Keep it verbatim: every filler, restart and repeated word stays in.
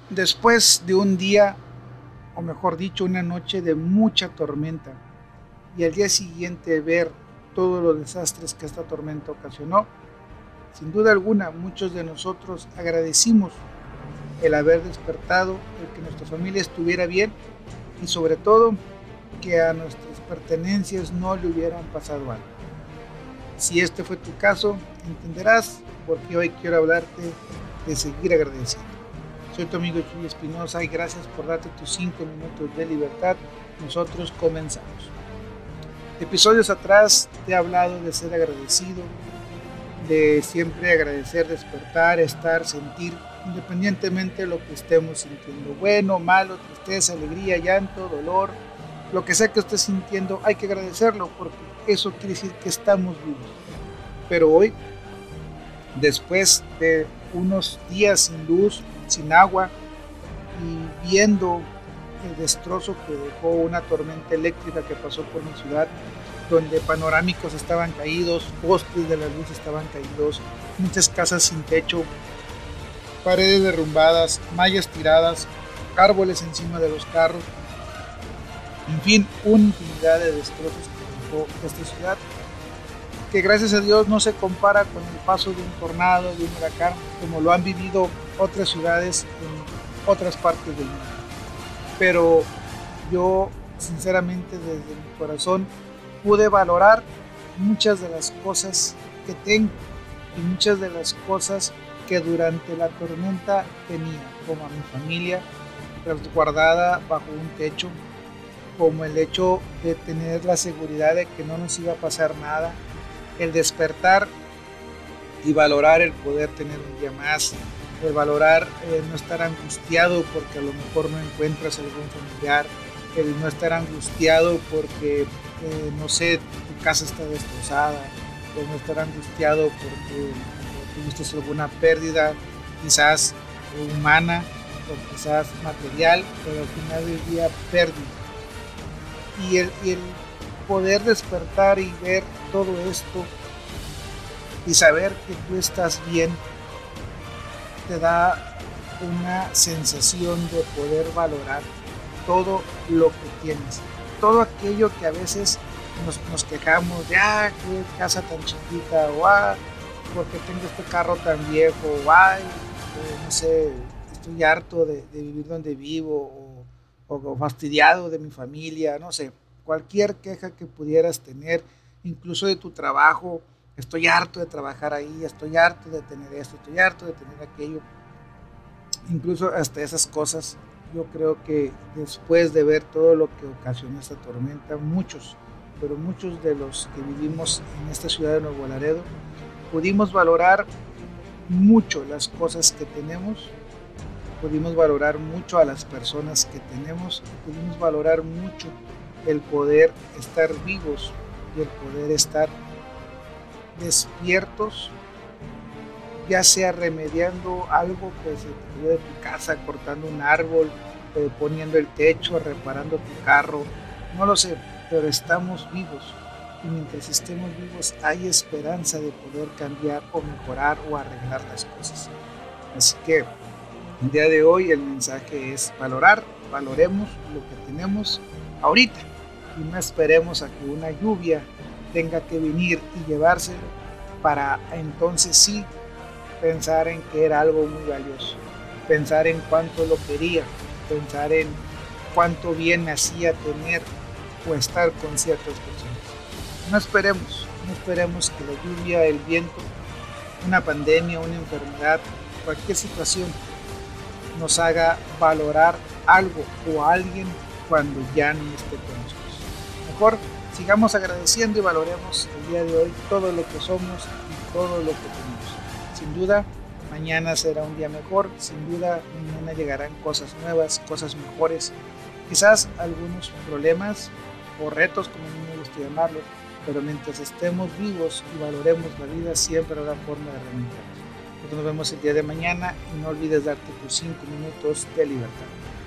Después de un día, o mejor dicho, una noche de mucha tormenta, y al día siguiente ver todos los desastres que esta tormenta ocasionó, sin duda alguna muchos de nosotros agradecimos el haber despertado, el que nuestra familia estuviera bien y sobre todo que a nuestras pertenencias no le hubieran pasado algo. Si este fue tu caso, entenderás por qué hoy quiero hablarte de seguir agradeciendo. Soy tu amigo Chuy Espinosa y gracias por darte tus cinco minutos de libertad. Nosotros comenzamos. Episodios atrás te he hablado de ser agradecido, de siempre agradecer, despertar, estar, sentir, independientemente de lo que estemos sintiendo, bueno, malo, tristeza, alegría, llanto, dolor, lo que sea que estés sintiendo, hay que agradecerlo porque eso quiere decir que estamos vivos. Pero hoy, después de unos días sin luz, sin agua y viendo el destrozo que dejó una tormenta eléctrica que pasó por mi ciudad, donde panorámicos estaban caídos, postes de la luz estaban caídos, muchas casas sin techo, paredes derrumbadas, mallas tiradas, árboles encima de los carros, en fin, una infinidad de destrozos que dejó esta ciudad, que gracias a Dios no se compara con el paso de un tornado, de un huracán, como lo han vivido otras ciudades en otras partes del mundo. Pero yo, sinceramente, desde mi corazón, pude valorar muchas de las cosas que tengo y muchas de las cosas que durante la tormenta tenía, como a mi familia resguardada bajo un techo, como el hecho de tener la seguridad de que no nos iba a pasar nada, el despertar y valorar el poder tener un día más, el valorar eh, no estar angustiado porque a lo mejor no encuentras algún familiar, el no estar angustiado porque, eh, no sé, tu casa está destrozada, el no estar angustiado porque tuviste alguna pérdida, quizás humana o quizás material, pero al final del día pérdida. Y el, y el poder despertar y ver todo esto y saber que tú estás bien, te da una sensación de poder valorar todo lo que tienes, todo aquello que a veces nos, nos quejamos de, ah, qué casa tan chiquita, o ah, porque tengo este carro tan viejo, o ay, eh, no sé, estoy harto de, de vivir donde vivo, o, o fastidiado de mi familia, no sé, cualquier queja que pudieras tener, incluso de tu trabajo, estoy harto de trabajar ahí, estoy harto de tener esto, estoy harto de tener aquello, incluso hasta esas cosas. Yo creo que después de ver todo lo que ocasionó esta tormenta, muchos, pero muchos de los que vivimos en esta ciudad de Nuevo Laredo, pudimos valorar mucho las cosas que tenemos, pudimos valorar mucho a las personas que tenemos, pudimos valorar mucho el poder estar vivos y el poder estar despiertos, ya sea remediando algo que se te cayó de tu casa, cortando un árbol, eh, poniendo el techo, reparando tu carro, no lo sé, pero estamos vivos y mientras estemos vivos hay esperanza de poder cambiar o mejorar o arreglar las cosas. Así que el día de hoy el mensaje es valorar, valoremos lo que tenemos ahorita y no esperemos a que una lluvia tenga que venir y llevárselo para entonces sí pensar en que era algo muy valioso, pensar en cuánto lo quería, pensar en cuánto bien me hacía tener o estar con ciertas personas. No esperemos, no esperemos que la lluvia, el viento, una pandemia, una enfermedad, cualquier situación nos haga valorar algo o a alguien cuando ya no esté con nosotros. Mejor sigamos agradeciendo y valoremos el día de hoy todo lo que somos y todo lo que tenemos. Sin duda, mañana será un día mejor, sin duda mañana llegarán cosas nuevas, cosas mejores, quizás algunos problemas o retos, como a mí me gusta llamarlo, pero mientras estemos vivos y valoremos la vida, siempre habrá forma de remontarnos. Nos vemos el día de mañana y no olvides darte tus cinco minutos de libertad.